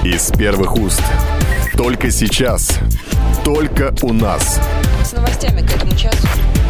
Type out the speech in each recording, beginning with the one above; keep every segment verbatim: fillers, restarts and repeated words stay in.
Из первых уст. Только сейчас. Только у нас. С новостями к этому часу.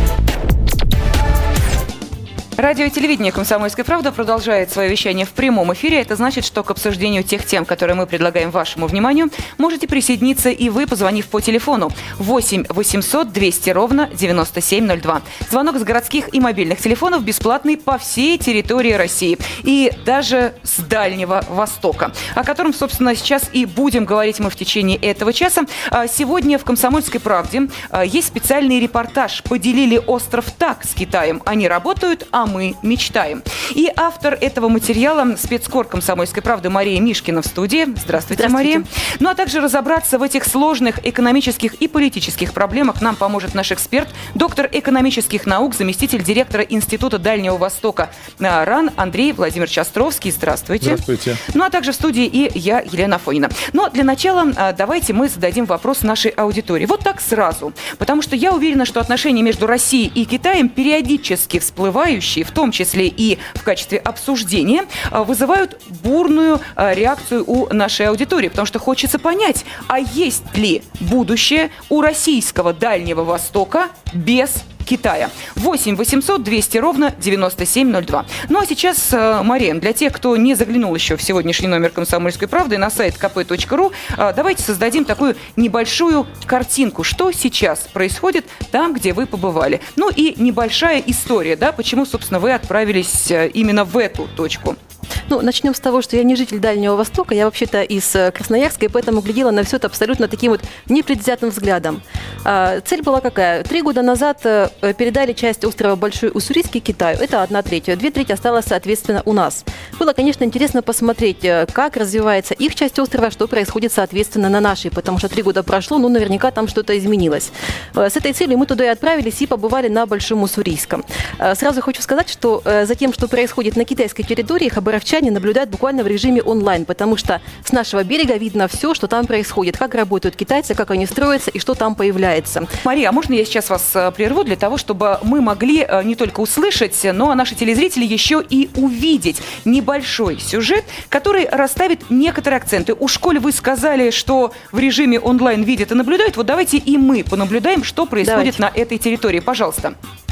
Радио и телевидение «Комсомольская правда» продолжает свое вещание в прямом эфире. Это значит, что к обсуждению тех тем, которые мы предлагаем вашему вниманию, можете присоединиться и вы, позвонив по телефону восемь восемьсот двести ровно девяносто семь ноль два. Звонок с городских и мобильных телефонов бесплатный по всей территории России. И даже с Дальнего Востока, о котором, собственно, сейчас и будем говорить мы в течение этого часа. Сегодня в «Комсомольской правде» есть специальный репортаж «Поделили остров так с Китаем. Они работают, а мы мечтаем». И автор этого материала, спецкор «Комсомольской правды» Мария Мишкина в студии. Здравствуйте, Здравствуйте, Мария. Ну а также разобраться в этих сложных экономических и политических проблемах нам поможет наш эксперт, доктор экономических наук, заместитель директора Института Дальнего Востока РАН Андрей Владимирович Островский. Здравствуйте. Здравствуйте. Ну а также в студии и я, Елена Афонина. Но для начала давайте мы зададим вопрос нашей аудитории. Вот так сразу. Потому что я уверена, что отношения между Россией и Китаем, периодически всплывающие, в том числе и в качестве обсуждения, вызывают бурную реакцию у нашей аудитории, потому что хочется понять, а есть ли будущее у российского Дальнего Востока без Китая. восемь восемьсот двести ровно девяносто семь ноль два. Ну а сейчас, Мария, для тех, кто не заглянул еще в сегодняшний номер «Комсомольской правды» на сайт ка пэ точка ру, давайте создадим такую небольшую картинку, что сейчас происходит там, где вы побывали. Ну и небольшая история, да, почему, собственно, вы отправились именно в эту точку. Ну, начнем с того, что я не житель Дальнего Востока, я вообще-то из Красноярска, и поэтому глядела на все это абсолютно таким вот непредвзятым взглядом. А, цель была какая? Три года назад передали часть острова Большой Уссурийский Китаю, это одна треть, две трети осталось, соответственно, у нас. Было, конечно, интересно посмотреть, как развивается их часть острова, что происходит, соответственно, на нашей, потому что три года прошло, ну, наверняка там что-то изменилось. С этой целью мы туда и отправились, и побывали на Большом Уссурийском. Сразу хочу сказать, что за тем, что происходит на китайской территории, хабаровчане наблюдают буквально в режиме онлайн, потому что с нашего берега видно все, что там происходит, как работают китайцы, как они строятся и что там появляется. Мария, а можно я сейчас вас прерву для того, чтобы мы могли не только услышать, но наши телезрители еще и увидеть небольшой сюжет, который расставит некоторые акценты. Уж коль вы сказали, что в режиме онлайн видят и наблюдают, вот давайте и мы понаблюдаем, что происходит давайте. На этой территории. Пожалуйста.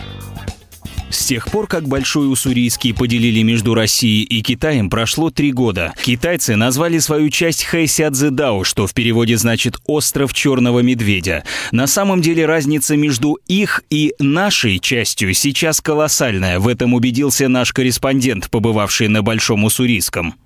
С тех пор, как Большой Уссурийский поделили между Россией и Китаем, прошло три года. Китайцы назвали свою часть Хэйсядзэдао, что в переводе значит «остров Черного Медведя». На самом деле разница между их и нашей частью сейчас колоссальная. В этом убедился наш корреспондент, побывавший на Большом Уссурийском.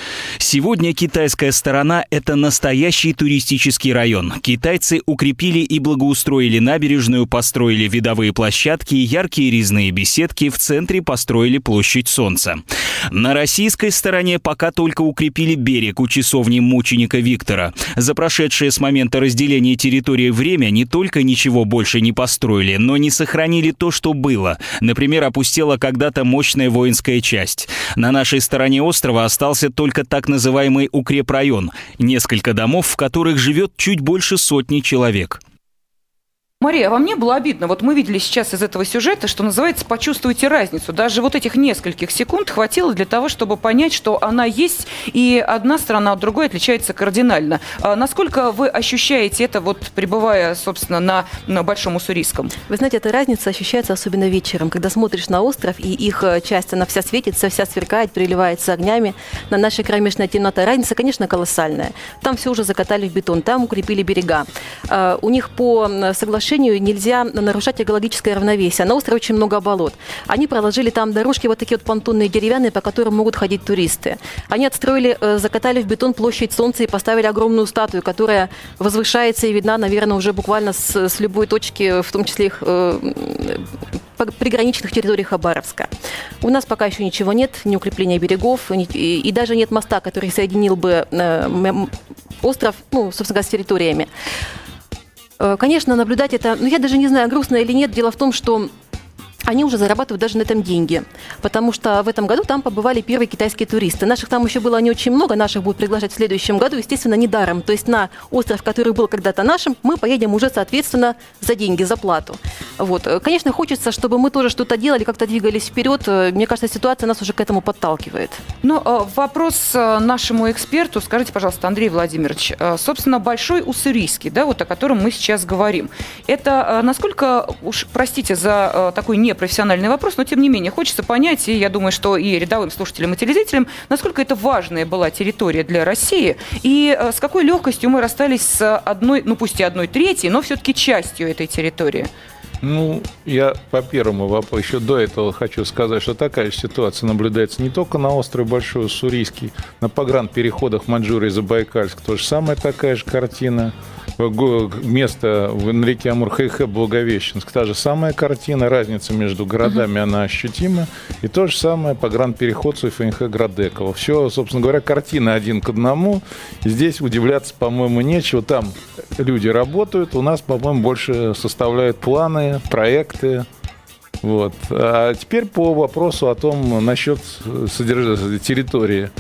Сегодня китайская сторона – это настоящий туристический район. Китайцы укрепили и благоустроили набережную, построили видовые площадки, яркие резные беседки, в центре построили площадь Солнца. На российской стороне пока только укрепили берег у часовни мученика Виктора. За прошедшее с момента разделения территории время не только ничего больше не построили, но не сохранили то, что было. Например, опустела когда-то мощная воинская часть. На нашей стороне острова остался только так называемый укрепрайон. Несколько домов, в которых живет чуть больше сотни человек. Мария, а вам не было обидно? Вот мы видели сейчас из этого сюжета, что называется «почувствуйте разницу». Даже вот этих нескольких секунд хватило для того, чтобы понять, что она есть, и одна страна от другой отличается кардинально. А насколько вы ощущаете это, вот пребывая, собственно, на, на Большом Уссурийском? Вы знаете, эта разница ощущается особенно вечером, когда смотришь на остров, и их часть, она вся светится, вся сверкает, переливается огнями. На нашей кромешной темноте разница, конечно, колоссальная. Там все уже закатали в бетон, там укрепили берега. У них по соглашению нельзя нарушать экологическое равновесие. На острове очень много болот. Они проложили там дорожки, вот такие вот понтонные деревянные, по которым могут ходить туристы. Они отстроили, закатали в бетон площадь Солнца и поставили огромную статую, которая возвышается и видна, наверное, уже буквально с, с любой точки, в том числе их э, приграничных территорий Хабаровска. У нас пока еще ничего нет, ни укрепления берегов, ни, и, и даже нет моста, который соединил бы э, остров, ну, собственно говоря, с территориями. Конечно, наблюдать это, ну, я даже не знаю, грустно или нет. Дело в том, что они уже зарабатывают даже на этом деньги. Потому что в этом году там побывали первые китайские туристы. Наших там еще было не очень много, наших будут приглашать в следующем году, естественно, недаром. То есть на остров, который был когда-то нашим, мы поедем уже, соответственно, за деньги, за плату. Вот. Конечно, хочется, чтобы мы тоже что-то делали, как-то двигались вперед. Мне кажется, ситуация нас уже к этому подталкивает. Но вопрос нашему эксперту. Скажите, пожалуйста, Андрей Владимирович, собственно, Большой Уссурийский, да, вот о котором мы сейчас говорим, это насколько, уж простите за такой непрофессиональный вопрос, но тем не менее хочется понять, и я думаю, что и рядовым слушателям, и телезрителям, насколько это важная была территория для России, и с какой легкостью мы расстались с одной, ну пусть и одной третьей, но все-таки частью этой территории. Ну, я по первому вопросу еще до этого хочу сказать, что такая же ситуация наблюдается не только на острове Большой Уссурийский, на погранпереходах Маньчжурии и Забайкальск тоже самая такая же картина. Место на реке Амур Хэйхэ Благовещенск, та же самая картина, разница между городами, uh-huh. она ощутима. И то же самое погранпереход Суйфэнхэ Градекова. Все, собственно говоря, картина один к одному. Здесь удивляться, по-моему, нечего. Там люди работают, у нас, по-моему, больше составляют планы, проекты. Вот. А теперь по вопросу о том, насчет содержания территории.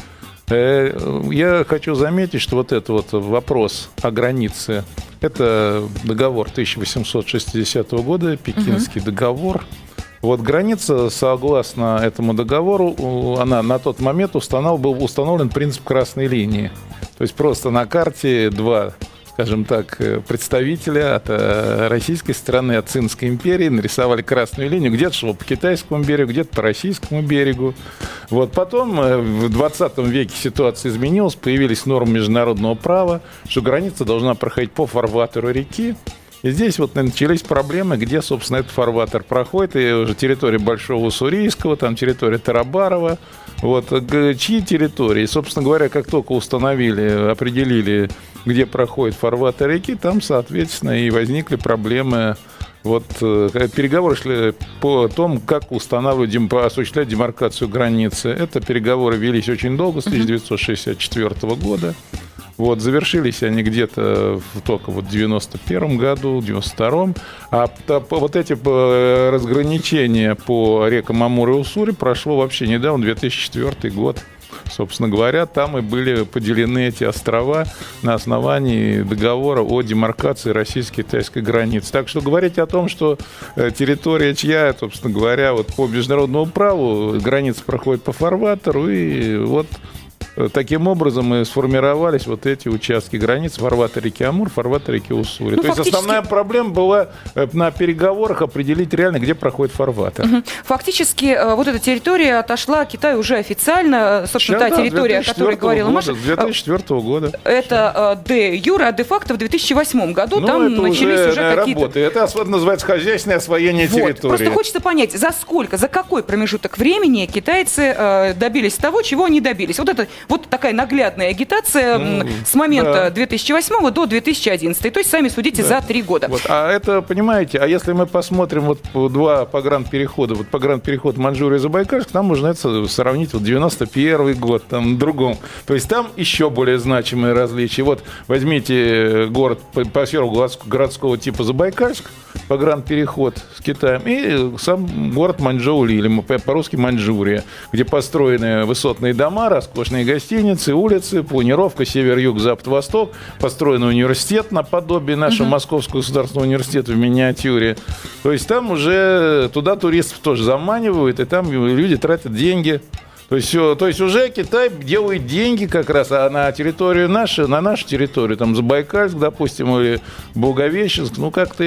Я хочу заметить, что вот этот вот вопрос о границе, это договор тысяча восемьсот шестидесятого года, Пекинский uh-huh. договор. Вот граница, согласно этому договору, она на тот момент установ... был установлен принцип красной линии. То есть просто на карте два, скажем так, представителя от российской стороны, от Цинской империи нарисовали красную линию, где-то шло по китайскому берегу, где-то по российскому берегу. Вот потом в двадцатом веке ситуация изменилась, появились нормы международного права, что граница должна проходить по фарватеру реки. И здесь вот начались проблемы, где, собственно, этот фарватер проходит, и уже территория Большого Уссурийского, там территория Тарабарова, вот, чьи территории. И, собственно говоря, как только установили, определили, где проходит фарватер реки, там, соответственно, и возникли проблемы. Вот переговоры шли по тому, как устанавливать, осуществлять демаркацию границы. Это переговоры велись очень долго, с тысяча девятьсот шестьдесят четвёртого года. Вот, завершились они где-то только вот в девяносто первом году, в девяносто втором. А вот эти разграничения по рекам Амур и Уссури прошло вообще недавно, две тысячи четвёртый год. Собственно говоря, там и были поделены эти острова на основании договора о демаркации российско-китайской границы. Так что говорить о том, что территория чья, собственно говоря, вот по международному праву граница проходит по фарватеру, и вот таким образом и сформировались вот эти участки границ фарватер реки Амур, фарватер реки Уссури. Ну, То фактически... есть основная проблема была на переговорах определить реально, где проходит фарватер. Угу. Фактически вот эта территория отошла Китаю уже официально. Собственно, Сейчас, та да, территория, о которой говорила Маша. С две тысячи четвёртого года. Это де юре, а де факто в две тысячи восьмом году. Ну, там начались уже, уже какие-то... работы. Это называется хозяйственное освоение вот. территории. Просто хочется понять, за сколько, за какой промежуток времени китайцы э, добились того, чего они добились. Вот это Вот такая наглядная агитация ну, с момента да. две тысячи восьмого до две тысячи одиннадцатого. То есть сами судите да. за три года. Вот. А это, понимаете, а если мы посмотрим вот два погранперехода, вот погранпереход Маньчжурия и Забайкальск, там можно это сравнить вот девяносто первый год, там другом. То есть там еще более значимые различия. Вот возьмите город, поселок городского типа Забайкальск, погранпереход с Китаем, и сам город Маньчжоу-Ли, или по-русски Маньчжурия, где построены высотные дома, роскошные гостиницы, улицы, планировка север-юг, запад-восток, построен университет наподобие нашего uh-huh. Московского государственного университета в миниатюре. То есть там уже туда туристов тоже заманивают, и там люди тратят деньги. То есть, то есть уже Китай делает деньги как раз, а на территорию нашу, на нашу территорию, там Забайкальск, допустим, или Благовещенск, ну как-то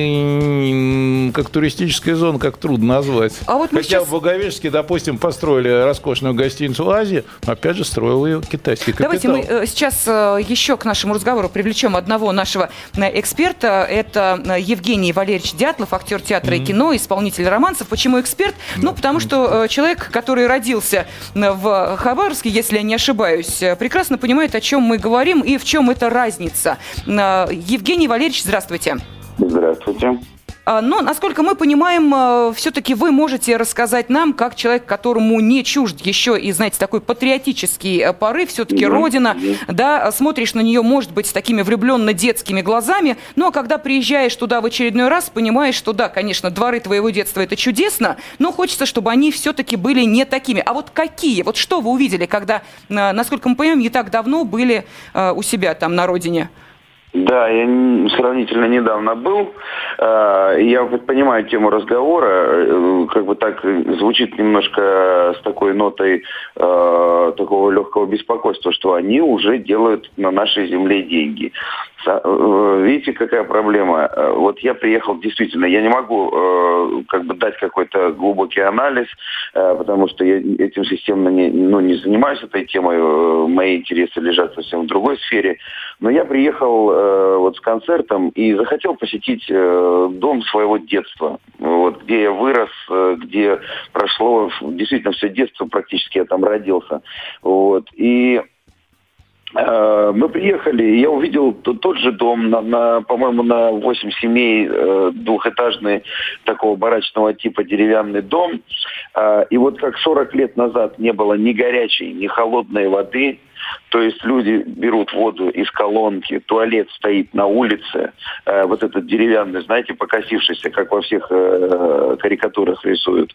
как туристическая зона, как трудно назвать. А вот Хотя сейчас... в Благовещенске, допустим, построили роскошную гостиницу «Азия», но опять же строил ее китайский капитал. Давайте мы сейчас еще к нашему разговору привлечем одного нашего эксперта. Это Евгений Валерьевич Дятлов, актер театра mm-hmm. и кино, исполнитель романсов. Почему эксперт? Mm-hmm. Ну, потому что человек, который родился в Хабаровске, если я не ошибаюсь, прекрасно понимает, о чем мы говорим и в чем эта разница. Евгений Валерьевич, здравствуйте. Здравствуйте. Но, насколько мы понимаем, все-таки вы можете рассказать нам, как человек, которому не чужд еще и, знаете, такой патриотический порыв, все-таки mm-hmm. Родина, mm-hmm. да, смотришь на нее, может быть, с такими влюбленно-детскими глазами, но когда приезжаешь туда в очередной раз, понимаешь, что да, конечно, дворы твоего детства – это чудесно, но хочется, чтобы они все-таки были не такими. А вот какие? Вот что вы увидели, когда, насколько мы понимаем, не так давно были у себя там на родине? Да, я сравнительно недавно был. Я понимаю тему разговора, как бы так звучит немножко с такой нотой такого легкого беспокойства, что они уже делают на нашей земле деньги. Видите, какая проблема? Вот я приехал, действительно, я не могу как бы дать какой-то глубокий анализ, потому что я этим системно не, ну, не занимаюсь этой темой, мои интересы лежат совсем в другой сфере. Но я приехал вот с концертом и захотел посетить дом своего детства, вот, где я вырос, где прошло действительно все детство, практически я там родился. Вот, и мы приехали, и я увидел тот же дом, на, на, по-моему, на восемь семей, двухэтажный такого барачного типа деревянный дом. И вот как сорок лет назад не было ни горячей, ни холодной воды, то есть люди берут воду из колонки, туалет стоит на улице, э, вот этот деревянный, знаете, покосившийся, как во всех э, карикатурах рисуют,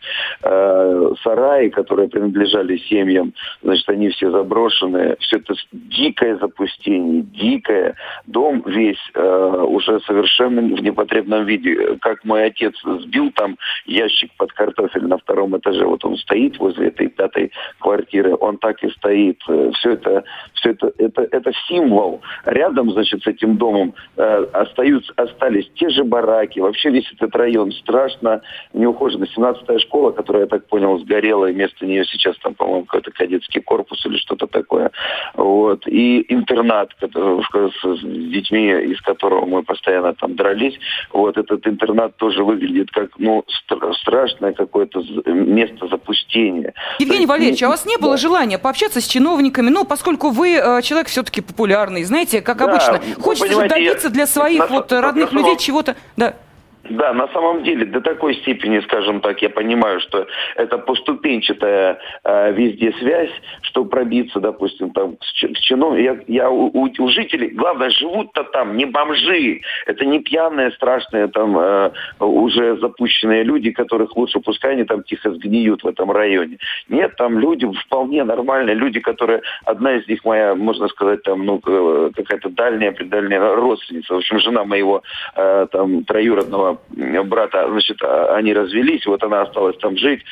э, сараи, которые принадлежали семьям, значит, они все заброшены, все это дикое запустение, дикое. Дом весь э, уже совершенно в непотребном виде. Как мой отец сбил там ящик под картофель на втором этаже, вот он стоит возле этой пятой квартиры, он так и стоит. Все это Все это, это, это символ. Рядом, значит, с этим домом э, остаются, остались те же бараки. Вообще весь этот район страшно неухоженный. семнадцатая школа, которая, я так понял, сгорела, и вместо нее сейчас там, по-моему, какой-то кадетский корпус или что-то такое. Вот. И интернат, который, с, с детьми, из которого мы постоянно там дрались. Вот этот интернат тоже выглядит как, ну, стра- страшное какое-то место запустения. Евгений Валерьевич, а у вас не было да. желания пообщаться с чиновниками? Ну, поскольку вы э, человек все-таки популярный, знаете, как да, обычно, хочется же добиться я, для своих на, вот родных на, людей чего-то... Да. Да, на самом деле до такой степени, скажем так, я понимаю, что это поступенчатая э, везде связь, что пробиться, допустим, там к чиновникам. Я, я у, у жителей, главное, живут-то там не бомжи, это не пьяные, страшные там э, уже запущенные люди, которых лучше пускай они там тихо сгниют в этом районе. Нет, там люди вполне нормальные, люди, которые, одна из них моя, можно сказать, там, ну, какая-то дальняя, предальняя родственница, в общем, жена моего э, там троюродного брата, значит, они развелись, вот она осталась там жить,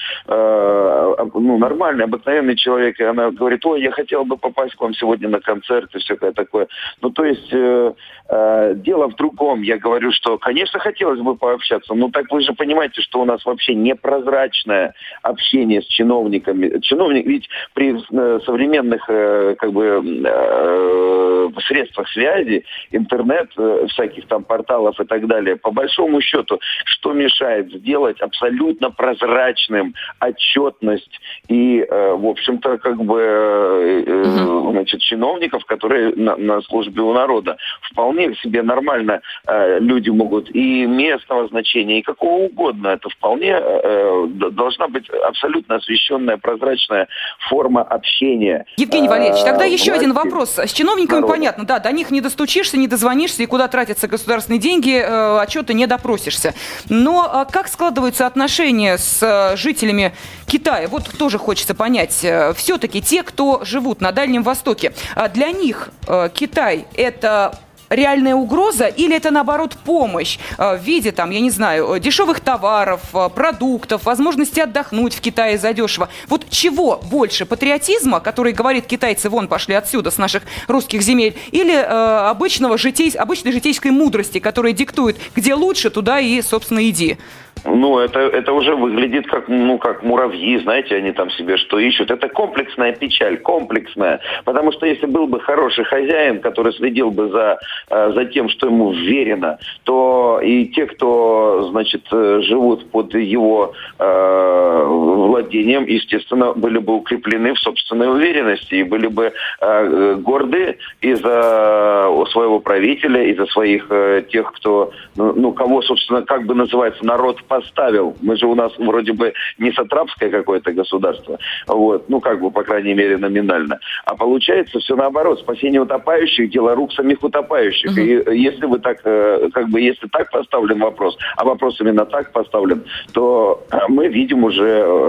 э, ну, нормальный, обыкновенный человек, и она говорит, ой, я хотела бы попасть к вам сегодня на концерт и всякое такое. Ну, то есть, э, э, дело в другом. Я говорю, что, конечно, хотелось бы пообщаться, но так вы же понимаете, что у нас вообще непрозрачное общение с чиновниками. Чиновник, ведь при э, современных, э, как бы, э, средствах связи, интернет, э, всяких там порталов и так далее, по большому счету, что мешает сделать абсолютно прозрачным отчетность и, э, в общем-то, как бы, э, э, значит, чиновников, которые на, на службе у народа. Вполне себе нормально э, люди могут и местного значения, и какого угодно. Это вполне э, должна быть абсолютно освещенная, прозрачная форма общения. Евгений Валерьевич, тогда э, еще власти, один вопрос. С чиновниками народа. Понятно, да, до них не достучишься, не дозвонишься, и куда тратятся государственные деньги, э, отчеты не допросишься. Но как складываются отношения с жителями Китая? Вот тоже хочется понять. Все-таки те, кто живут на Дальнем Востоке, для них Китай – это реальная угроза или это, наоборот, помощь в виде, там, я не знаю, дешевых товаров, продуктов, возможности отдохнуть в Китае задешево? Вот чего больше? Патриотизма, который говорит, китайцы вон пошли отсюда, с наших русских земель, или э, обычного житей, обычной житейской мудрости, которая диктует, где лучше, туда и, собственно, иди? Ну, это, это уже выглядит как, ну, как муравьи, знаете, они там себе что ищут. Это комплексная печаль, комплексная. Потому что если был бы хороший хозяин, который следил бы за э, за тем, что ему вверено, то и те, кто, значит, живут под его э, владением, естественно, были бы укреплены в собственной уверенности и были бы э, горды из-за своего правителя, из-за своих э, тех, кто, ну, ну, кого, собственно, как бы называется, народ поставил. Мы же у нас вроде бы не сатрапское какое-то государство, вот, ну, как бы, по крайней мере, номинально. А получается все наоборот. Спасение утопающих – дело рук самих утопающих. Угу. И если вы так, э, как бы, если так поставлен вопрос, а вопрос именно так поставлен, то мы видим уже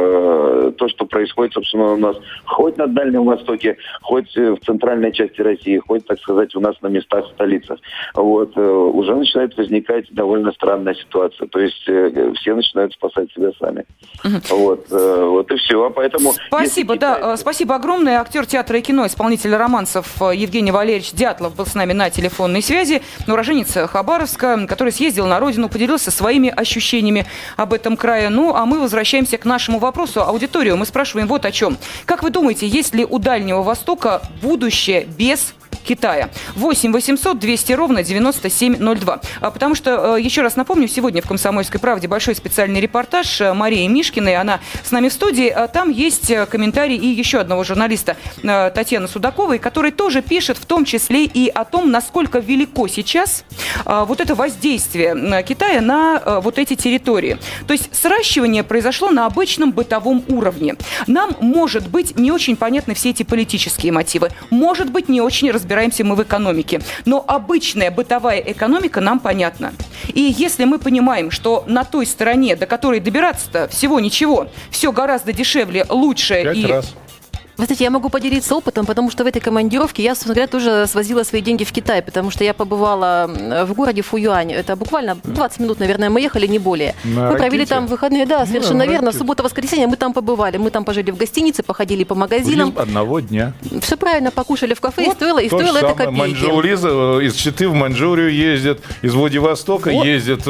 э, то, что происходит, собственно, у нас хоть на Дальнем Востоке, хоть в центральной части России, хоть, так сказать, у нас на местах в столицах. Вот, э, уже начинает возникать довольно странная ситуация. То есть э, все начинают спасать себя сами. Угу. Вот, э, вот и все. Поэтому, спасибо, Китай... да, спасибо огромное. Актер театра и кино, исполнитель романсов Евгений Валерьевич Дятлов был с нами на телефонной связи. Уроженец Хабаровска, который съездил на родину, поделился своими ощущениями об этом крае. Ну, а мы возвращаемся к нашему вопросу. Аудиторию мы спрашиваем вот о чем. Как вы думаете, есть ли у Дальнего Востока будущее без Китая? восемь восемьсот двести ровно девяносто семь ноль два. А потому что, еще раз напомню, сегодня в «Комсомольской правде» большой специальный репортаж Марии Мишкиной. Она с нами в студии. Там есть комментарий и еще одного журналиста Татьяны Судаковой, который тоже пишет в том числе и о том, насколько велико сейчас вот это воздействие Китая на вот эти территории. То есть сращивание произошло на обычном бытовом уровне. Нам, может быть, не очень понятны все эти политические мотивы. Может быть, не очень разбираемся мы в экономике. Но обычная бытовая экономика нам понятна. И если мы понимаем, что на той стороне, до которой добираться-то всего ничего, все гораздо дешевле, лучше Пять и... раз. Вы знаете, я могу поделиться опытом, потому что в этой командировке я, собственно говоря, тоже свозила свои деньги в Китай, потому что я побывала в городе Фуюань. Это буквально двадцать минут, наверное, мы ехали, не более. На мы провели ракете? там выходные, да, совершенно Ну, верно. В субботу-воскресенье мы там побывали. Мы там пожили в гостинице, походили по магазинам. Будем одного дня. Все правильно, покушали в кафе, Вот и стоило, и то стоило же это самое. копейки. Маньчжоу из Читы в Маньчжурию ездят, из Владивостока Вот. ездят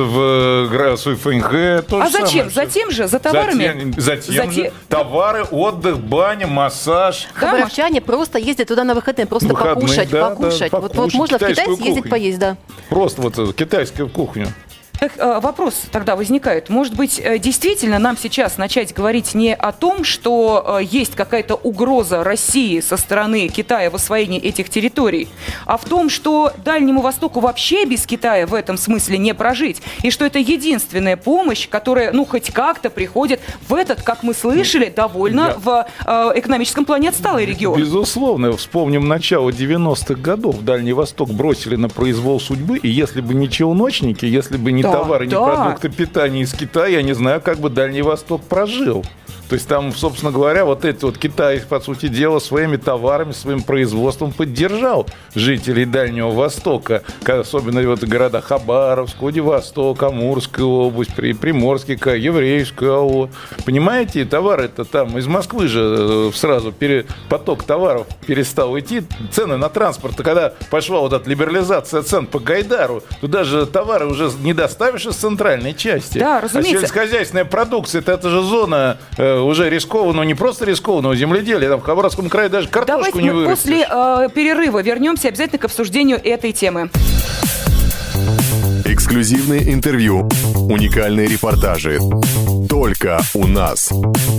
в Суйфэнхэ. А зачем? Затем же, за товарами? Затем, затем Затем- же товары, отдых, баня, массаж. Хабаровчане просто ездят туда на выходные, просто Выходные, покушать, да, покушать. да, Вот, вот покушать можно в Китай китайскую съездить кухню. поесть, да. Просто вот э, китайскую кухню. Эх, э, вопрос тогда возникает. Может быть, э, действительно нам сейчас начать говорить не о том, что э, есть какая-то угроза России со стороны Китая в освоении этих территорий, а в том, что Дальнему Востоку вообще без Китая в этом смысле не прожить, и что это единственная помощь, которая, ну, хоть как-то приходит в этот, как мы слышали, довольно Я- в э, экономическом плане отсталый регион. Безусловно, вспомним начало девяностых годов. Дальний Восток бросили на произвол судьбы, и если бы не челночники, если бы не Да, товары, не да. продукты питания из Китая, я не знаю, как бы Дальний Восток прожил. То есть там, собственно говоря, вот эти вот Китай, по сути дела, своими товарами, своим производством поддержал жителей Дальнего Востока, особенно вот города Хабаровск, Владивосток, Амурская область, При- Приморский край, Еврейская область. Понимаете, товары-то там из Москвы же сразу пере, поток товаров перестал идти, цены на транспорт, когда пошла вот эта либерализация цен по Гайдару, туда же товары уже не доставишь из центральной части. Да, разумеется. А сельскохозяйственная продукция, это, это же зона э, уже рискованного, не просто рискованного земледелия, там в Хабаровском крае даже картошку Давайте не мы вырастешь. после э, перерыва вернемся обязательно к обсуждению этой темы. Эксклюзивные интервью, уникальные репортажи. Только у нас.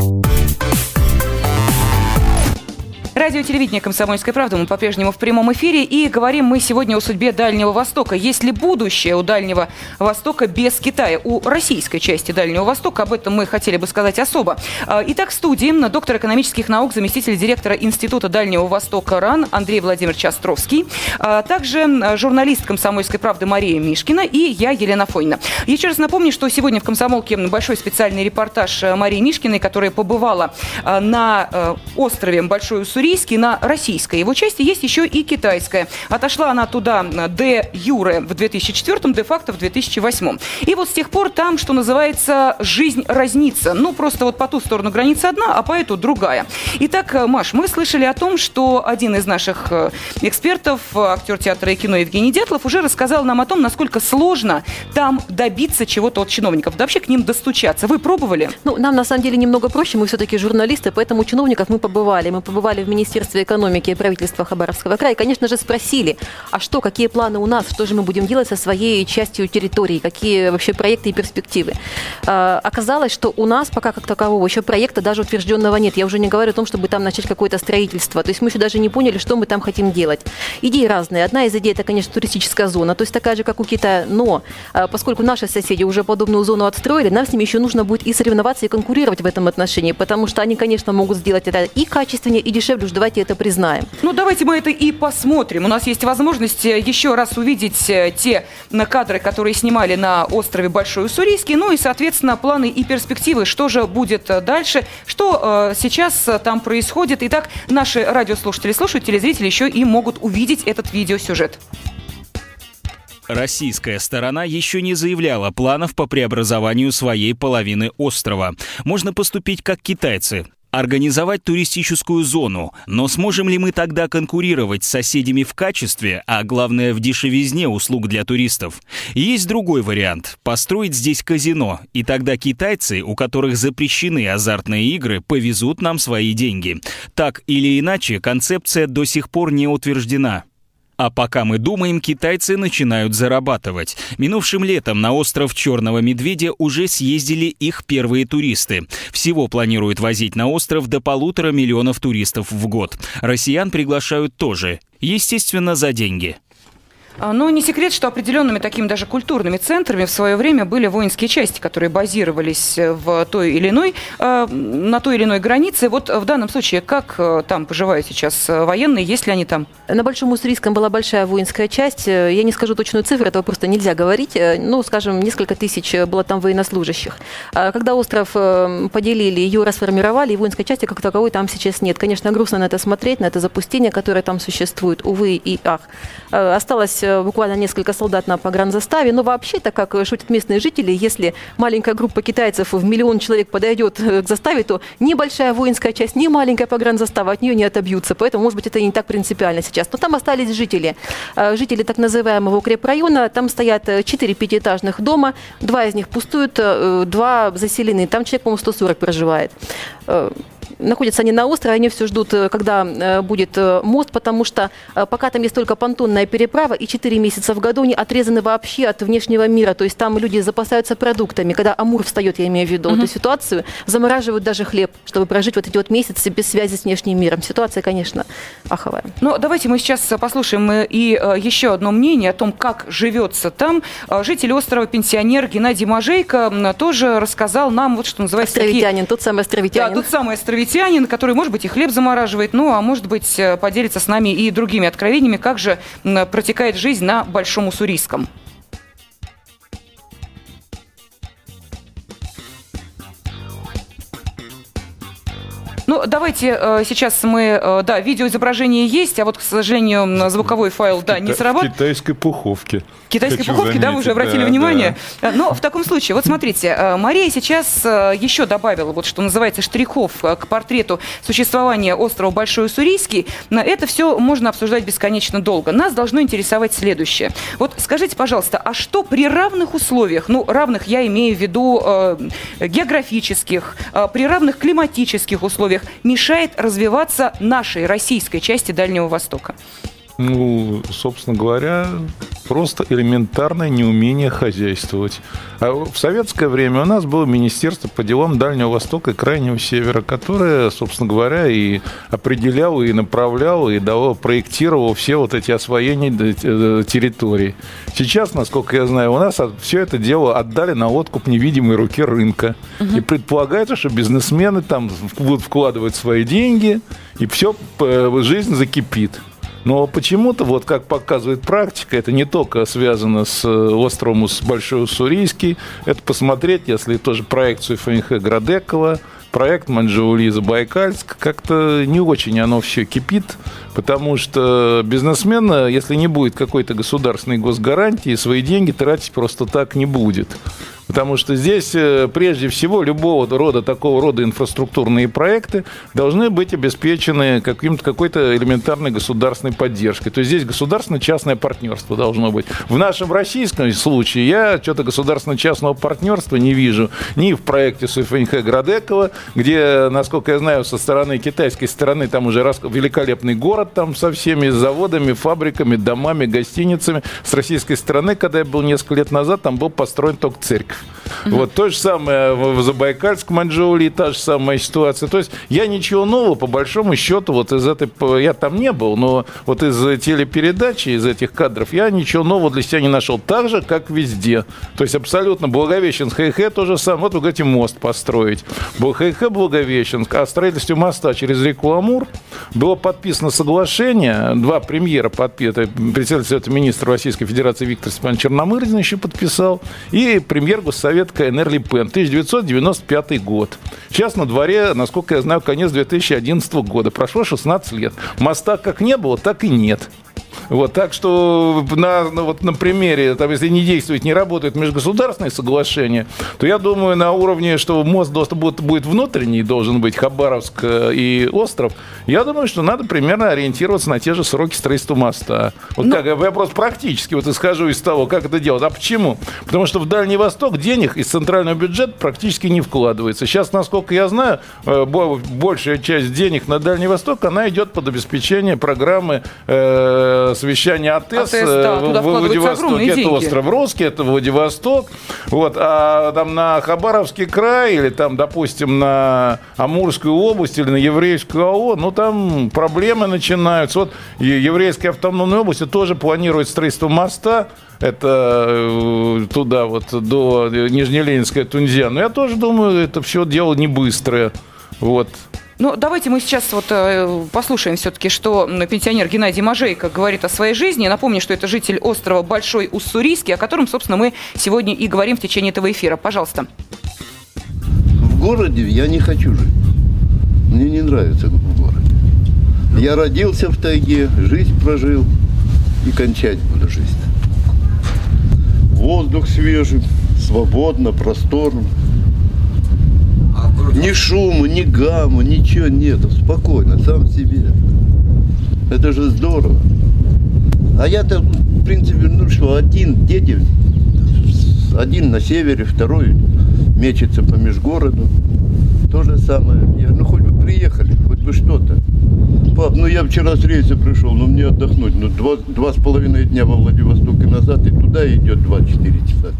Радио и телевидение «Комсомольская правда». Мы по-прежнему в прямом эфире. И говорим мы сегодня о судьбе Дальнего Востока. Есть ли будущее у Дальнего Востока без Китая? У российской части Дальнего Востока. Об этом мы хотели бы сказать особо. Итак, в студии доктор экономических наук, заместитель директора Института Дальнего Востока РАН Андрей Владимирович Островский. Также журналист «Комсомольской правды» Мария Мишкина и я, Елена Фойна. Еще раз напомню, что сегодня в «Комсомолке» большой специальный репортаж Марии Мишкиной, которая побывала на острове Большой Уссурийский, на российской его части, есть еще и китайская. Отошла она туда де юре в две тысячи четвёртом, де-факто в две тысячи восьмом. И вот с тех пор там, что называется, жизнь разнится. Ну, просто вот по ту сторону границы одна, а по эту другая. Итак, Маш, мы слышали о том, что один из наших экспертов, актер театра и кино Евгений Дятлов, уже рассказал нам о том, насколько сложно там добиться чего-то от чиновников, да вообще к ним достучаться. Вы пробовали? Ну, нам на самом деле немного проще, мы все-таки журналисты, поэтому у чиновников мы побывали. Мы побывали в Министерстве экономики и правительства Хабаровского края, конечно же, спросили, а что, какие планы у нас, что же мы будем делать со своей частью территории, какие вообще проекты и перспективы. Оказалось, что у нас пока как такового еще проекта даже утвержденного нет. Я уже не говорю о том, чтобы там начать какое-то строительство. То есть мы еще даже не поняли, что мы там хотим делать. Идеи разные. Одна из идей – это, конечно, туристическая зона, то есть такая же, как у Китая. Но поскольку наши соседи уже подобную зону отстроили, нам с ними еще нужно будет и соревноваться, и конкурировать в этом отношении, потому что они, конечно, могут сделать это и качественнее, и дешевле, уж давайте это признаем. Ну, давайте мы это и посмотрим. У нас есть возможность еще раз увидеть те кадры, которые снимали на острове Большой Уссурийский, ну и, соответственно, планы и перспективы, что же будет дальше, что э, сейчас там происходит. Итак, наши радиослушатели слушают, телезрители еще и могут увидеть этот видеосюжет. Российская сторона еще не заявляла планов по преобразованию своей половины острова. Можно поступить как китайцы. Организовать туристическую зону. Но сможем ли мы тогда конкурировать с соседями в качестве, а главное в дешевизне услуг для туристов? Есть другой вариант – построить здесь казино, и тогда китайцы, у которых запрещены азартные игры, повезут нам свои деньги. Так или иначе, концепция до сих пор не утверждена. А пока мы думаем, китайцы начинают зарабатывать. Минувшим летом на остров Черного Медведя уже съездили их первые туристы. Всего планируют возить на остров до полутора миллионов туристов в год. Россиян приглашают тоже. Естественно, за деньги. Но не секрет, что определенными такими даже культурными центрами в свое время были воинские части, которые базировались в той или иной, на той или иной границе. Вот в данном случае, как там поживают сейчас военные, есть ли они там? На Большом Уссурийском была большая воинская часть. Я не скажу точную цифру, этого просто нельзя говорить. Ну, скажем, несколько тысяч было там военнослужащих. Когда остров поделили, ее расформировали, и воинской части как таковой там сейчас нет. Конечно, грустно на это смотреть, на это запустение, которое там существует, увы и ах. Осталось буквально несколько солдат на погранзаставе, но вообще-то, как шутят местные жители, если маленькая группа китайцев в миллион человек подойдет к заставе, то ни большая воинская часть, ни маленькая погранзастава от нее не отобьются, поэтому, может быть, это и не так принципиально сейчас. Но там остались жители, жители так называемого укрепрайона, там стоят четыре пятиэтажных дома, два из них пустуют, два заселены, там человек, по-моему, сто сорок проживает. Находятся они на острове, они все ждут, когда будет мост, потому что пока там есть только понтонная переправа, и четыре месяца в году они отрезаны вообще от внешнего мира. То есть там люди запасаются продуктами. Когда Амур встает, я имею в виду, uh-huh. эту ситуацию, замораживают даже хлеб, чтобы прожить вот эти вот месяцы без связи с внешним миром. Ситуация, конечно, аховая. Ну, давайте мы сейчас послушаем и еще одно мнение о том, как живется там. Житель острова, пенсионер Геннадий Можейко тоже рассказал нам, вот что называется... Островитянин, такие... тот самый островитянин. Да, тот самый островитянин, который, может быть, и хлеб замораживает, ну, а может быть, поделится с нами и другими откровениями, как же протекает жизнь на Большом Уссурийском. Ну, давайте э, сейчас мы, э, да, видеоизображение есть, а вот, к сожалению, звуковой файл, да, не сработал. В китайской пуховке. Китайской Хочу пуховке, заметить, да, вы уже обратили да, внимание? Да. Но в таком случае, вот смотрите, Мария сейчас еще добавила, вот что называется, штрихов к портрету существования острова Большой Уссурийский. Это все можно обсуждать бесконечно долго. Нас должно интересовать следующее. Вот скажите, пожалуйста, а что при равных условиях, ну, равных я имею в виду э, географических, э, при равных климатических условиях, мешает развиваться нашей российской части Дальнего Востока? Ну, собственно говоря, просто элементарное неумение хозяйствовать. А в советское время у нас было Министерство по делам Дальнего Востока и Крайнего Севера, которое, собственно говоря, и определяло, и направляло, и давало, проектировало все вот эти освоения территорий. Сейчас, насколько я знаю, у нас все это дело отдали на откуп невидимой руки рынка. Угу. И предполагается, что бизнесмены там будут вкладывать свои деньги, и все, жизнь закипит. Но почему-то, вот как показывает практика, это не только связано с островом Большой Уссурийский, это посмотреть, если тоже проекцию эф эн ха Градекова, проект Манчжоу-Ли-Забайкальск, как-то не очень оно все кипит, потому что бизнесмен, если не будет какой-то государственной госгарантии, свои деньги тратить просто так не будет. Потому что здесь, прежде всего, любого рода, такого рода инфраструктурные проекты должны быть обеспечены каким-то, какой-то элементарной государственной поддержкой. То есть здесь государственно-частное партнерство должно быть. В нашем российском случае я что-то государственно-частного партнерства не вижу ни в проекте СУФНХ Градекова, где, насколько я знаю, со стороны китайской стороны там уже великолепный город там со всеми заводами, фабриками, домами, гостиницами. С российской стороны, когда я был несколько лет назад, там был построен только церковь. Mm-hmm. Вот то же самое в Забайкальском Маньчжурии, та же самая ситуация. То есть я ничего нового, по большому счету, вот из этой... Я там не был, но вот из телепередачи, из этих кадров, я ничего нового для себя не нашел. Так же, как везде. То есть абсолютно Благовещенск, Хэйхэ то же самое. Вот вы говорите, мост построить. Хэйхэ, Благовещенск. О строительстве моста через реку Амур было подписано соглашение. Два премьера подписали. Председатель Совета министров Российской Федерации Виктор Степанович Черномырдин еще подписал. И премьер Госсовета КНР Ли Пен. тысяча девятьсот девяносто пятый год. Сейчас на дворе, насколько я знаю, конец две тысячи одиннадцатого года. Прошло шестнадцать лет. Моста как не было, так и нет. Вот, так что на, ну, вот на примере, там, если не действует, не работает межгосударственные соглашения, то я думаю, на уровне, что мост будет, будет внутренний, должен быть Хабаровск и остров, я думаю, что надо примерно ориентироваться на те же сроки строительства моста. Вот Но... как, я просто практически вот исхожу из того, как это делать. А почему? Потому что в Дальний Восток денег из центрального бюджета практически не вкладывается. Сейчас, насколько я знаю, большая часть денег на Дальний Восток, она идет под обеспечение программы э, совещание АТЭС, АТЭС да, в Владивостоке. Это деньги. Остров Русский, это Владивосток. Вот. А там на Хабаровский край или там, допустим, на Амурскую область или на Еврейскую АО, ну там проблемы начинаются. Вот Еврейская автономная область тоже планирует строительство моста. Это туда вот до Нижнеленинская Тунзя. Но я тоже думаю, это все дело не быстрое. Вот. Ну, давайте мы сейчас вот э, послушаем все-таки, что пенсионер Геннадий Можейко говорит о своей жизни. Напомню, что это житель острова Большой Уссурийский, о котором, собственно, мы сегодня и говорим в течение этого эфира. Пожалуйста. В городе я не хочу жить. Мне не нравится в городе. Я родился в тайге, жизнь прожил и кончать буду жизнь. Воздух свежий, свободно, просторно. Ни шума, ни гамма, ничего нету. Спокойно, сам себе. Это же здорово. А я-то, в принципе, ну что, один, дети, один на севере, второй мечется по межгороду. То же самое. Я, ну хоть бы приехали, хоть бы что-то. Пап, ну я вчера с рейса пришел, ну мне отдохнуть. Ну два, два с половиной дня во Владивостоке назад, и туда идет двадцать четыре часа.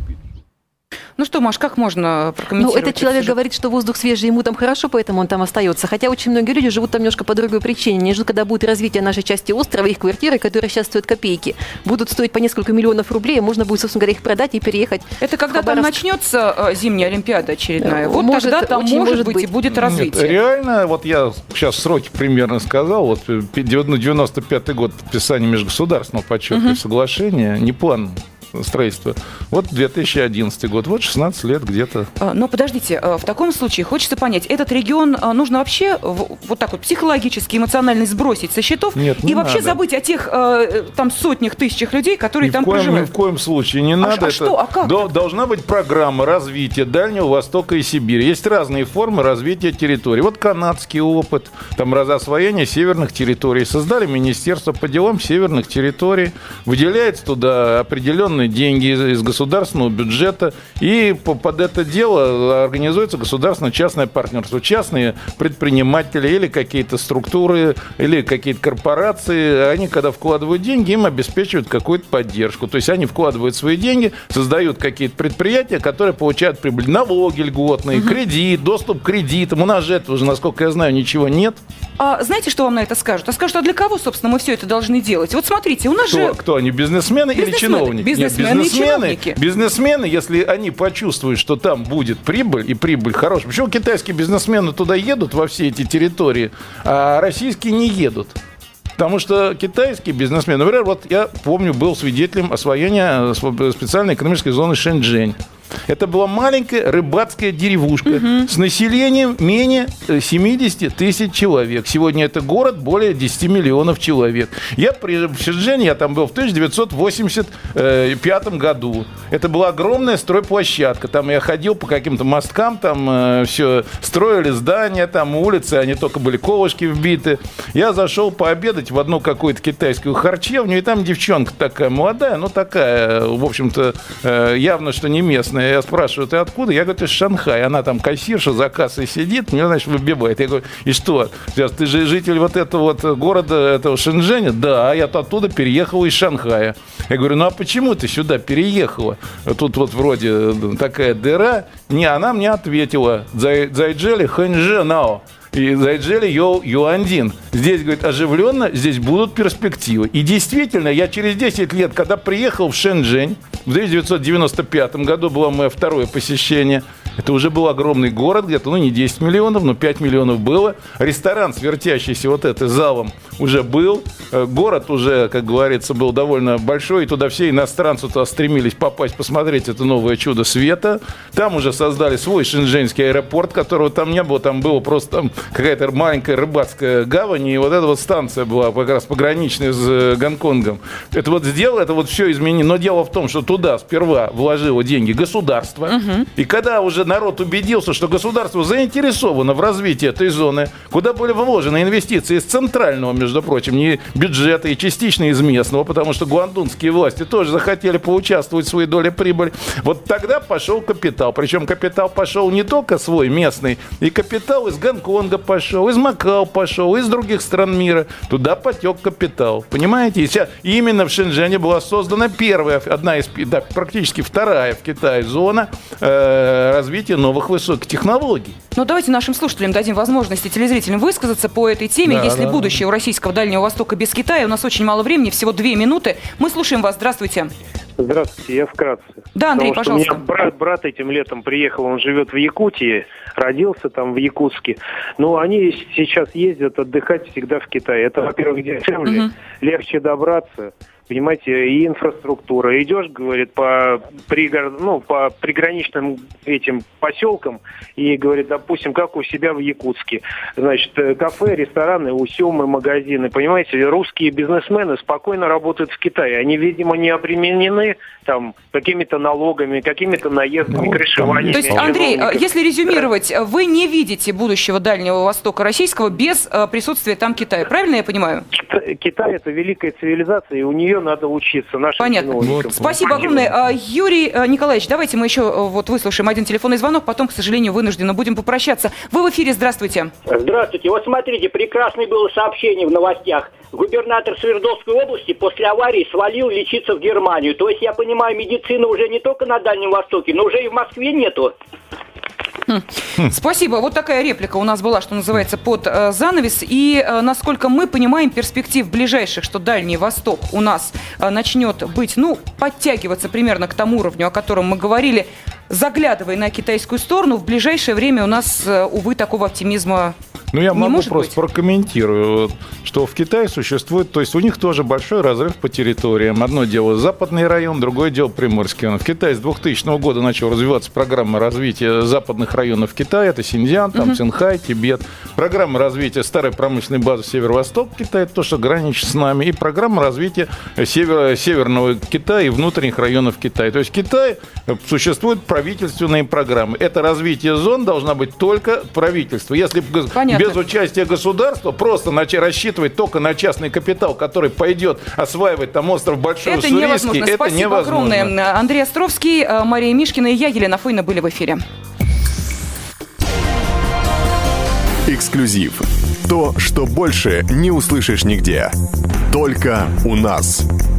Ну что, Маш, как можно прокомментировать? Ну, этот человек говорит, что воздух свежий, ему там хорошо, поэтому он там остается. Хотя очень многие люди живут там немножко по другой причине. Они ждут, когда будет развитие нашей части острова, их квартиры, которые сейчас стоят копейки, будут стоить по несколько миллионов рублей, и можно будет, собственно говоря, их продать и переехать. Это когда там начнется э, зимняя Олимпиада очередная? Вот может, тогда там, может, может быть, быть, и будет развитие. Нет, реально, вот я сейчас сроки примерно сказал, вот девяносто пятый год подписания межгосударственного подчеркиваю, угу. соглашения, не план строительства. Вот две тысячи одиннадцатый год, вот шестнадцать лет где-то. Но подождите, в таком случае хочется понять, этот регион нужно вообще вот так вот психологически, эмоционально сбросить со счетов Нет, и вообще надо. забыть о тех там сотнях, тысячах людей, которые ни там в коем, проживают? Ни в коем случае не а надо. А это что? А как? До, должна быть программа развития Дальнего Востока и Сибири. Есть разные формы развития территорий. Вот канадский опыт, там освоение северных территорий. Создали Министерство по делам северных территорий. Выделяется туда определенные деньги из, из государственного бюджета, и по, под это дело организуется государственно-частное партнерство. Частные предприниматели или какие-то структуры, или какие-то корпорации, они, когда вкладывают деньги, им обеспечивают какую-то поддержку. То есть они вкладывают свои деньги, создают какие-то предприятия, которые получают прибыль, налоги льготные, угу. кредит, доступ к кредитам. У нас же этого уже, насколько я знаю, ничего нет. А знаете, что вам на это скажут? А скажут, а для кого, собственно, мы все это должны делать? Вот смотрите, у нас кто, же... Кто они, бизнесмены, бизнесмены или чиновники? Бизнесмены, Нет, бизнесмены, и чиновники. Бизнесмены, если они почувствуют, что там будет прибыль, и прибыль хорошая. Почему китайские бизнесмены туда едут, во все эти территории, а российские не едут? Потому что китайские бизнесмены... Например, вот я помню, был свидетелем освоения специальной экономической зоны Шэньчжэнь. Это была маленькая рыбацкая деревушка угу. с населением менее семьдесят тысяч человек. Сегодня это город более десять миллионов человек. Я при в Шэньчжэне, я там был в тысяча девятьсот восемьдесят пятом году. Это была огромная стройплощадка. Там я ходил по каким-то мосткам, там э, все строили здания, там улицы, они только были колышки вбиты. Я зашел пообедать в одну какую-то китайскую харчевню, и там девчонка такая молодая, ну такая, в общем-то, э, явно, что не местная. Я спрашиваю, ты откуда? Я говорю, из Шанхая. Она там кассирша за кассой сидит, меня, значит, выбивает. Я говорю, и что? Ты же житель вот этого вот города, этого Шэньчжэня? Да, я оттуда переехал из Шанхая. Я говорю, ну а почему ты сюда переехала? Тут вот вроде такая дыра. Не, она мне ответила, Зайджели Хэньчжэ нао. И Зайджели Йоу Юандин. Здесь, говорит, оживленно, здесь будут перспективы. И действительно, я через десять лет, когда приехал в Шэньчжэнь, в тысяча девятьсот девяносто пятом году было мое второе посещение, это уже был огромный город, где-то, ну, не десять миллионов, но пять миллионов было. Ресторан с вертящийся вот этой залом уже был. Город уже, как говорится, был довольно большой, и туда все иностранцы туда стремились попасть, посмотреть это новое чудо света. Там уже создали свой шэньчжэньский аэропорт, которого там не было, там было просто там какая-то маленькая рыбацкая гавань, и вот эта вот станция была как раз пограничная с Гонконгом. Это вот сделало, это вот все изменило. Но дело в том, что туда сперва вложило деньги государство, угу. и когда уже народ убедился, что государство заинтересовано в развитии этой зоны, куда были вложены инвестиции из центрального, между прочим, не бюджета и частично из местного, потому что гуандунские власти тоже захотели поучаствовать в своей доле прибыли. Вот тогда пошел капитал. Причем капитал пошел не только свой местный, и капитал из Гонконга пошел, из Макао пошел, из других стран мира. Туда потек капитал. Понимаете? И сейчас именно в Шэньчжэне была создана первая, одна из, да, практически вторая в Китае зона э, развития новых высоких технологий. Ну, давайте нашим слушателям дадим возможность и телезрителям высказаться по этой теме. Да, Если да, будущее да. у российского Дальнего Востока без Китая, у нас очень мало времени, всего две минуты. Мы слушаем вас. Здравствуйте. Здравствуйте, я вкратце. Да, Андрей, Потому пожалуйста. У меня брат, брат этим летом приехал, он живет в Якутии, родился там в Якутске. Но они сейчас ездят отдыхать всегда в Китай. Это, во-первых, дешевле, угу. легче добраться. Понимаете, и инфраструктура. Идешь, говорит, по, пригор... ну, по приграничным этим поселкам и, говорит, допустим, как у себя в Якутске. Значит, кафе, рестораны, усемы, магазины. Понимаете, русские бизнесмены спокойно работают в Китае. Они, видимо, не обременены там какими-то налогами, какими-то наездами, ну, крышеваниями. То есть, Андрей, если резюмировать, вы не видите будущего Дальнего Востока российского без присутствия там Китая. Правильно я понимаю? Китай – это великая цивилизация, и у нее надо учиться. Понятно. Вот. Спасибо огромное. Юрий Николаевич, давайте мы еще вот выслушаем один телефонный звонок, потом, к сожалению, вынуждены будем попрощаться. Вы в эфире, здравствуйте. Здравствуйте. Вот смотрите, прекрасное было сообщение в новостях. Губернатор Свердловской области после аварии свалил лечиться в Германию. То есть, я понимаю, медицины уже не только на Дальнем Востоке, но уже и в Москве нету. Спасибо. Вот такая реплика у нас была, что называется, под э, занавес. И, э, насколько мы понимаем, перспектив ближайших, что Дальний Восток у нас э, начнет быть, ну, подтягиваться примерно к тому уровню, о котором мы говорили, заглядывая на китайскую сторону, в ближайшее время у нас, э, увы, такого оптимизма Ну, я не могу может просто быть? прокомментирую, что в Китае существует, то есть у них тоже большой разрыв по территориям. Одно дело западный район, другое дело приморский район. В Китае с двухтысячного года начала развиваться программа развития западных районов Китая. Это Синьцзян, там, uh-huh. Цинхай, Тибет. Программа развития старой промышленной базы северо-восток Китая, то, что граничит с нами. И программа развития север, северного Китая и внутренних районов Китая. То есть в Китае существуют правительственные программы. Это развитие зон должна быть только правительство. Если Понятно. без участия государства просто начать рассчитывать только на частный капитал, который пойдет осваивать там остров Большой это Уссурийский, невозможно. это Спасибо невозможно. огромное. Андрей Островский, Мария Мишкина и я, Елена Фойна, были в эфире. Эксклюзив. То, что больше не услышишь нигде. Только у нас.